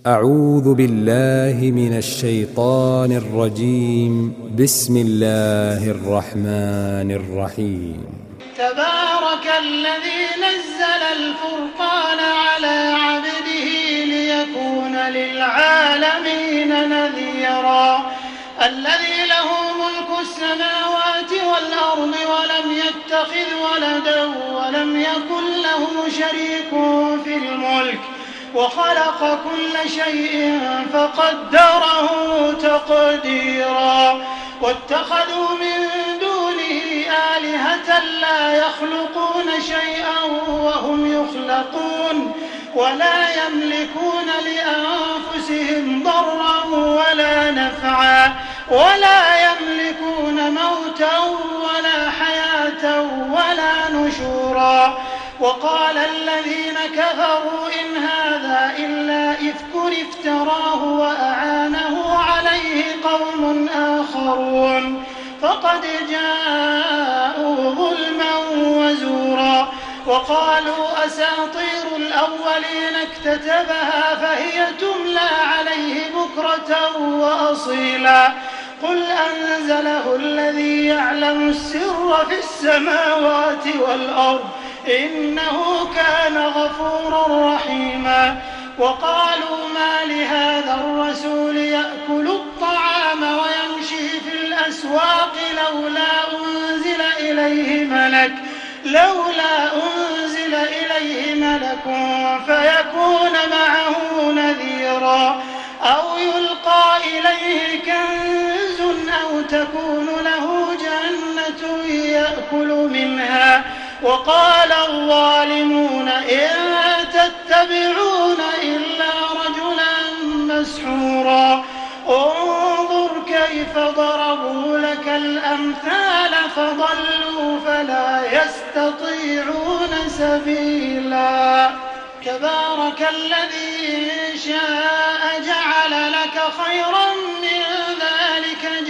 أعوذ بالله من الشيطان الرجيم. بسم الله الرحمن الرحيم. تبارك الذي نزل الفرقان على عبده ليكون للعالمين نذيرا. الذي له ملك السماوات والأرض ولم يتخذ ولدا ولم يكن له شريك في الملك وخلق كل شيء فقدره تقديرا. واتخذوا من دونه آلهة لا يخلقون شيئا وهم يخلقون ولا يملكون لأنفسهم ضرا ولا نفعا ولا يملكون موتا ولا حياة ولا نشورا. وقال الذين كفروا إن هذا إلا إفك افتراه وأعانه عليه قوم آخرون فقد جاءوا ظلما وزورا. وقالوا أساطير الأولين اكتتبها فهي تملى عليه بكرة وأصيلا. قل أنزله الذي يعلم السر في السماوات والأرض إنه كان غفورا رحيما. وقالوا ما لهذا الرسول يأكل الطعام ويمشي في الأسواق لولا أنزل إليه ملك فيكون معه نذيرا أو يلقى إليه كنز أو تكون له جنة يأكل منها. وقال الظالمون إن تتبعون إلا رجلا مسحورا. انظر كيف ضربوا لك الأمثال فضلوا فلا يستطيعون سبيلا. تبارك الذي إن شاء جعل لك خيرا من ذلك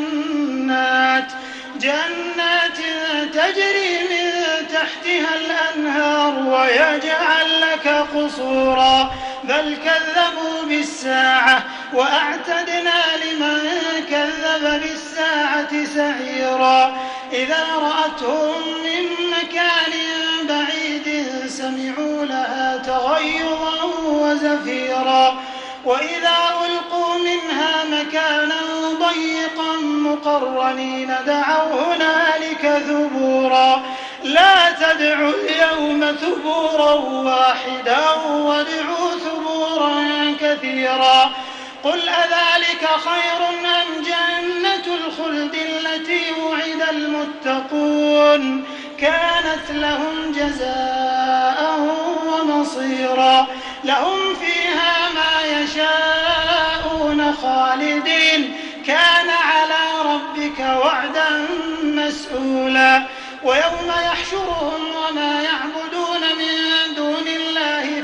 جنات تجري من تحتها الأنهار ويجعل لك قصورا بل كذبوا بالساعة وأعتدنا لمن كذب بالساعة سعيرا. إذا رأتهم من مكان بعيد سمعوا لها تغيظا وزفيرا. وإذا ألقوا منها مكانا ضيقا مقرنين دعوا هنالك ثبورا. لا تدعوا اليوم ثبورا واحدا وادعوا ثبورا كثيرا. قل أذلك خير أم جنة الخلد التي وعد المتقون كانت لهم جزاء ومصيرا. لهم فيها ما يشاءون خالدين كان على ربك وعدا مسئولا. ويوم يحشرهم وما يعبدون من دون الله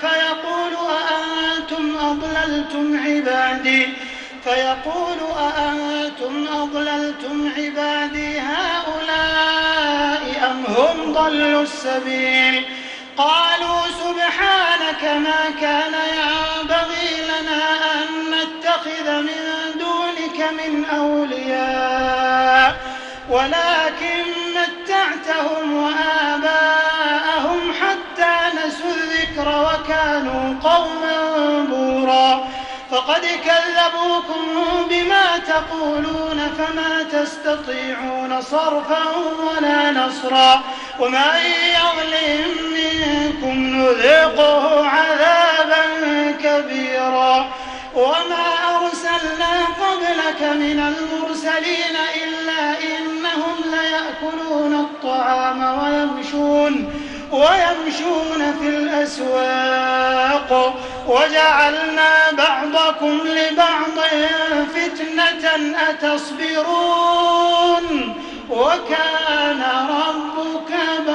فيقول أأنتم أضللتم عبادي هؤلاء أم هم ضلوا السبيل. قالوا سبحانك ما كان ينبغي لنا أن نتخذ من دونك من أولياء ولكن متعتهم وآباءهم حتى نسوا الذكر وكانوا قوما بورا. فقد كذبوكم بما تقولون فما تستطيعون صرفا ولا نصرا. ومن يظلم منكم نذقه عذابا كبيرا. وما أرسلنا قبلك من المرسلين إلا إنهم ليأكلون الطعام ويمشون في الأسواق وجعلنا بعضكم لبعض فتنة أتصبرون وكان ربك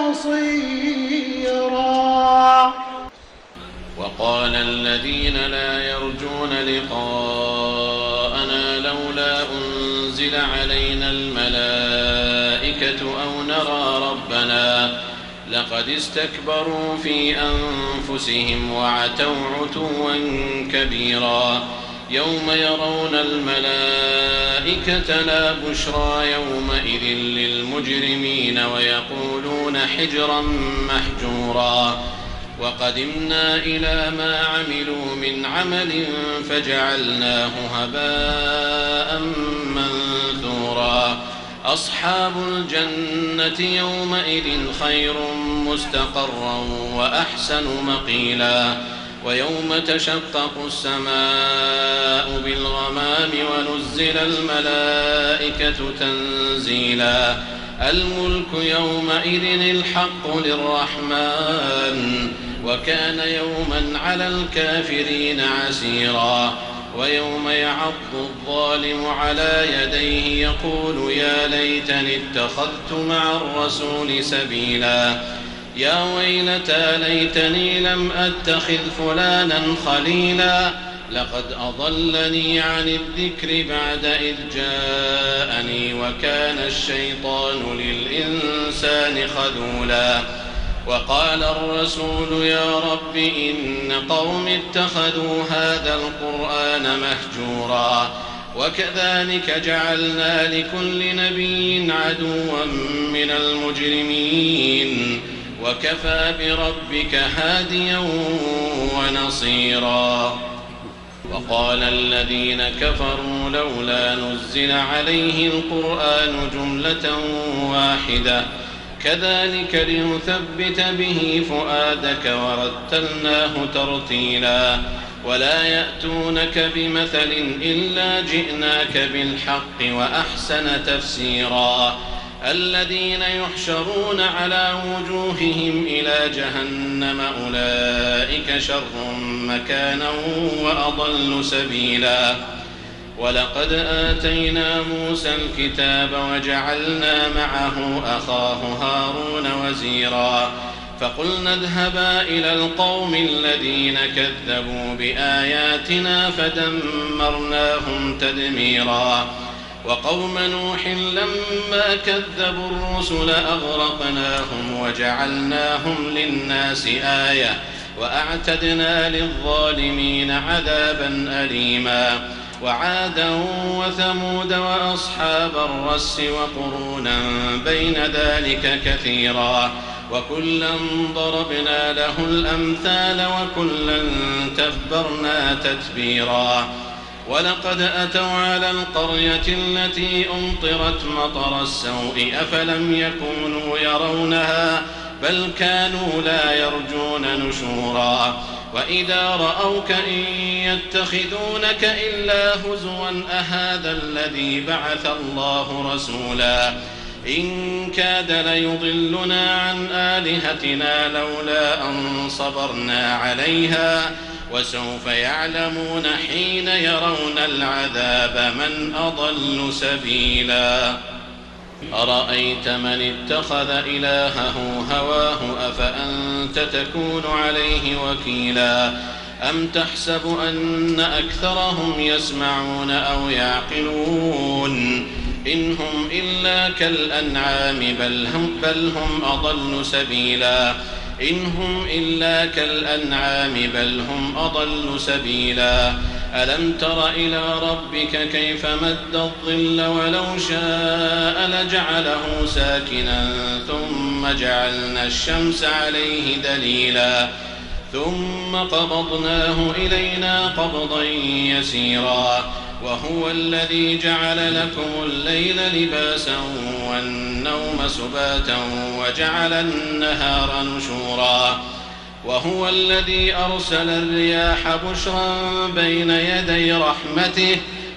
بصيرا. وقال الذين لا يرجون لقاءنا لولا أنزل علينا الملائكة أو نرى ربنا لقد استكبروا في أنفسهم وعتوا عتوا كبيرا يوم يرون الملائكة لا بشرى يومئذ للمجرمين ويقولون حجرا محجورا وقدمنا إلى ما عملوا من عمل فجعلناه هباء منثورا أصحاب الجنة يومئذ خير مستقرا وأحسن مقيلا ويوم تشقق السماء بالغمام ونزل الملائكة تنزيلا الملك يومئذ الحق للرحمن وكان يوما على الكافرين عسيرا ويوم يعض الظالم على يديه يقول يا ليتني اتخذت مع الرسول سبيلا يا ويلتى ليتني لم أتخذ فلانا خليلا لقد أضلني عن الذكر بعد إذ جاءني وكان الشيطان للإنسان خذولا وقال الرسول يا رب إن قوم اتخذوا هذا القرآن مهجورا وكذلك جعلنا لكل نبي عدوا من المجرمين وكفى بربك هاديا ونصيرا وقال الذين كفروا لولا نزل عليه القرآن جملة واحدة كذلك لنثبت به فؤادك ورتلناه ترتيلا ولا يأتونك بمثل إلا جئناك بالحق وأحسن تفسيرا الذين يحشرون على وجوههم إلى جهنم أولئك شر مكانا وأضل سبيلا ولقد آتينا موسى الكتاب وجعلنا معه أخاه هارون وزيرا فقلنا اذهبا إلى القوم الذين كذبوا بآياتنا فدمرناهم تدميرا وقوم نوح لما كذبوا الرسل أغرقناهم وجعلناهم للناس آية وأعتدنا للظالمين عذابا أليما وعادا وثمود وأصحاب الرس وقرونا بين ذلك كثيرا وكلا ضربنا له الأمثال وكلا تبرنا تتبيرا ولقد أتوا على القرية التي أمطرت مطر السوء أفلم يكونوا يرونها بل كانوا لا يرجون نشورا وإذا رأوك إن يتخذونك إلا هزوا أهذا الذي بعث الله رسولا إن كاد ليضلنا عن آلهتنا لولا أن صبرنا عليها وسوف يعلمون حين يرون العذاب من أضل سبيلا أرأيت من اتخذ إلهه هواه أفأنت تكون عليه وكيلا أم تحسب أن أكثرهم يسمعون أو يعقلون إن هم إلا كالأنعام بل هم أضل سبيلا إن هم إلا كالأنعام بل هم أضل سبيلا ألم تر إلى ربك كيف مد الظل ولو شاء لجعله ساكنا ثم جعلنا الشمس عليه دليلا ثم قبضناه إلينا قبضا يسيرا وهو الذي جعل لكم الليل لباسا والنوم سباتا وجعل النهار نشورا وهو الذي أرسل الرياح بشرا بين يدي رحمته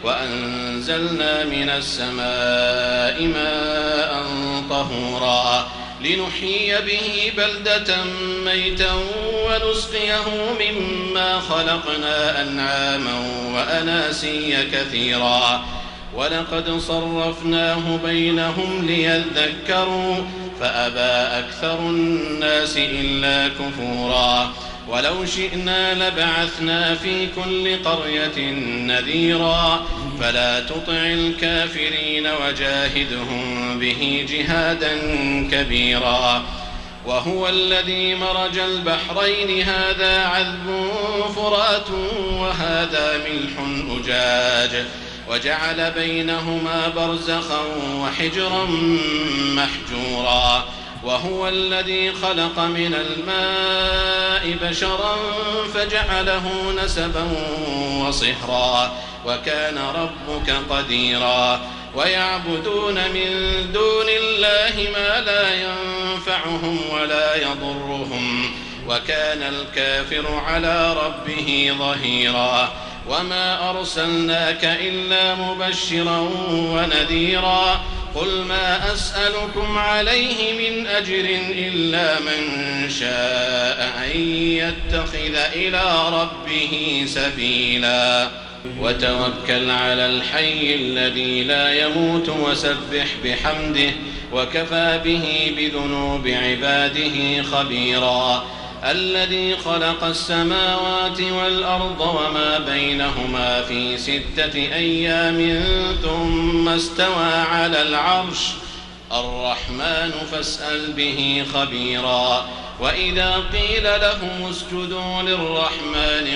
وأنزلنا من السماء ماء طهورا لنحيي به بلدة ميتا ونسقيه مما خلقنا أنعاما وأناسيا كثيرا ولقد صرفناه بينهم ليذكروا فأبى أكثر الناس إلا كفورا ولو شئنا لبعثنا في كل قرية نذيرا فلا تطع الكافرين وجاهدهم به جهادا كبيرا وهو الذي مرج البحرين هذا عذب فرات وهذا ملح أجاج وجعل بينهما برزخا وحجرا محجورا وهو الذي خلق من الماء بشرا فجعله نسبا وصهرا وكان ربك قديرا ويعبدون من دون الله ما لا ينفعهم ولا يضرهم وكان الكافر على ربه ظهيرا وما أرسلناك إلا مبشرا ونذيرا قل ما أسألكم عليه من أجر إلا من شاء أن يتخذ إلى ربه سبيلا وتوكل على الحي الذي لا يموت وسبح بحمده وكفى به بذنوب عباده خبيرا الذي خلق السماوات والأرض وما بينهما في 6 أيام ثم استوى على العرش الرحمن فاسأل به خبيرا وإذا قيل لهم اسجدوا للرحمن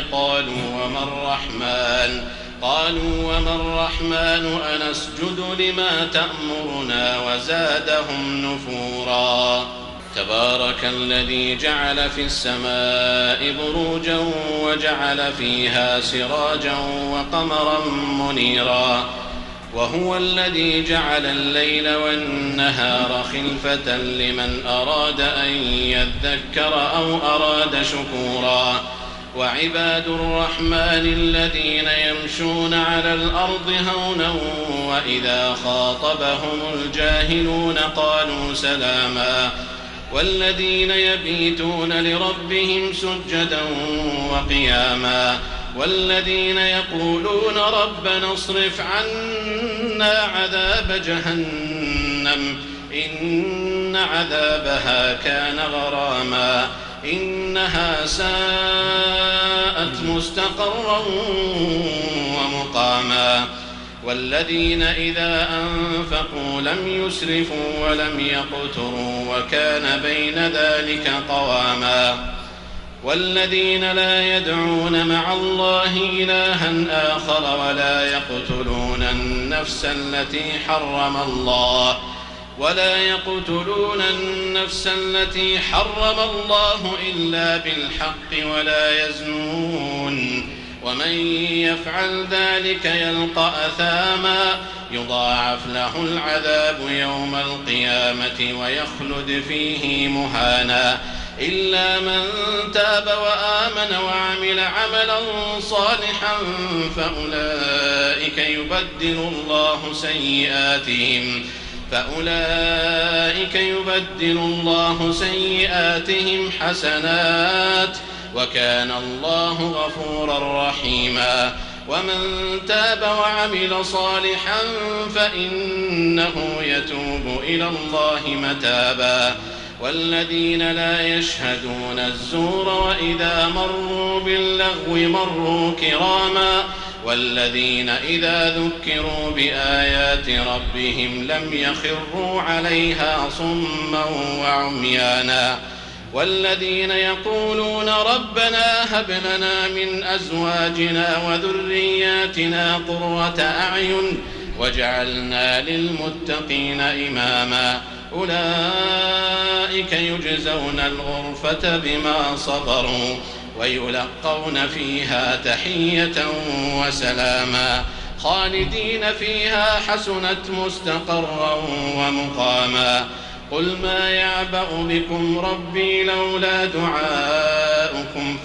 قالوا وما الرحمن أنسجد لما تأمرنا وزادهم نفورا تبارك الذي جعل في السماء بروجا وجعل فيها سراجا وقمرا منيرا وهو الذي جعل الليل والنهار خلفة لمن أراد أن يذكر أو أراد شكورا وعباد الرحمن الذين يمشون على الأرض هونا وإذا خاطبهم الجاهلون قالوا سلاما والذين يبيتون لربهم سجدا وقياما والذين يقولون ربنا اصرف عنا عذاب جهنم إن عذابها كان غراما إنها ساءت مستقرا ومقاما والذين إذا أنفقوا لم يسرفوا ولم يقتروا وكان بين ذلك قواما والذين لا يدعون مع الله إلها آخر ولا يقتلون النفس التي حرم الله إلا بالحق ولا يزنون ومن يفعل ذلك يلقى أثاما يضاعف له العذاب يوم القيامة ويخلد فيه مهانا إلا من تاب وآمن وعمل عملا صالحا فأولئك يبدل الله سيئاتهم حسنات وكان الله غفورا رحيما ومن تاب وعمل صالحا فإنه يتوب إلى الله متابا والذين لا يشهدون الزور وإذا مروا باللغو مروا كراما والذين إذا ذكروا بآيات ربهم لم يخروا عليها صما وعميانا والذين يقولون ربنا هب لنا من أزواجنا وذرياتنا قرة أعين واجعلنا للمتقين إماما أولئك يجزون الغرفة بما صبروا ويلقون فيها تحية وسلاما خالدين فيها حسنت مستقرا ومقاما قل ما يعبأ بكم ربي لولا دعاؤكم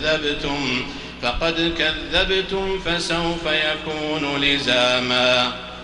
فقد كذبتم فسوف يكون لزاما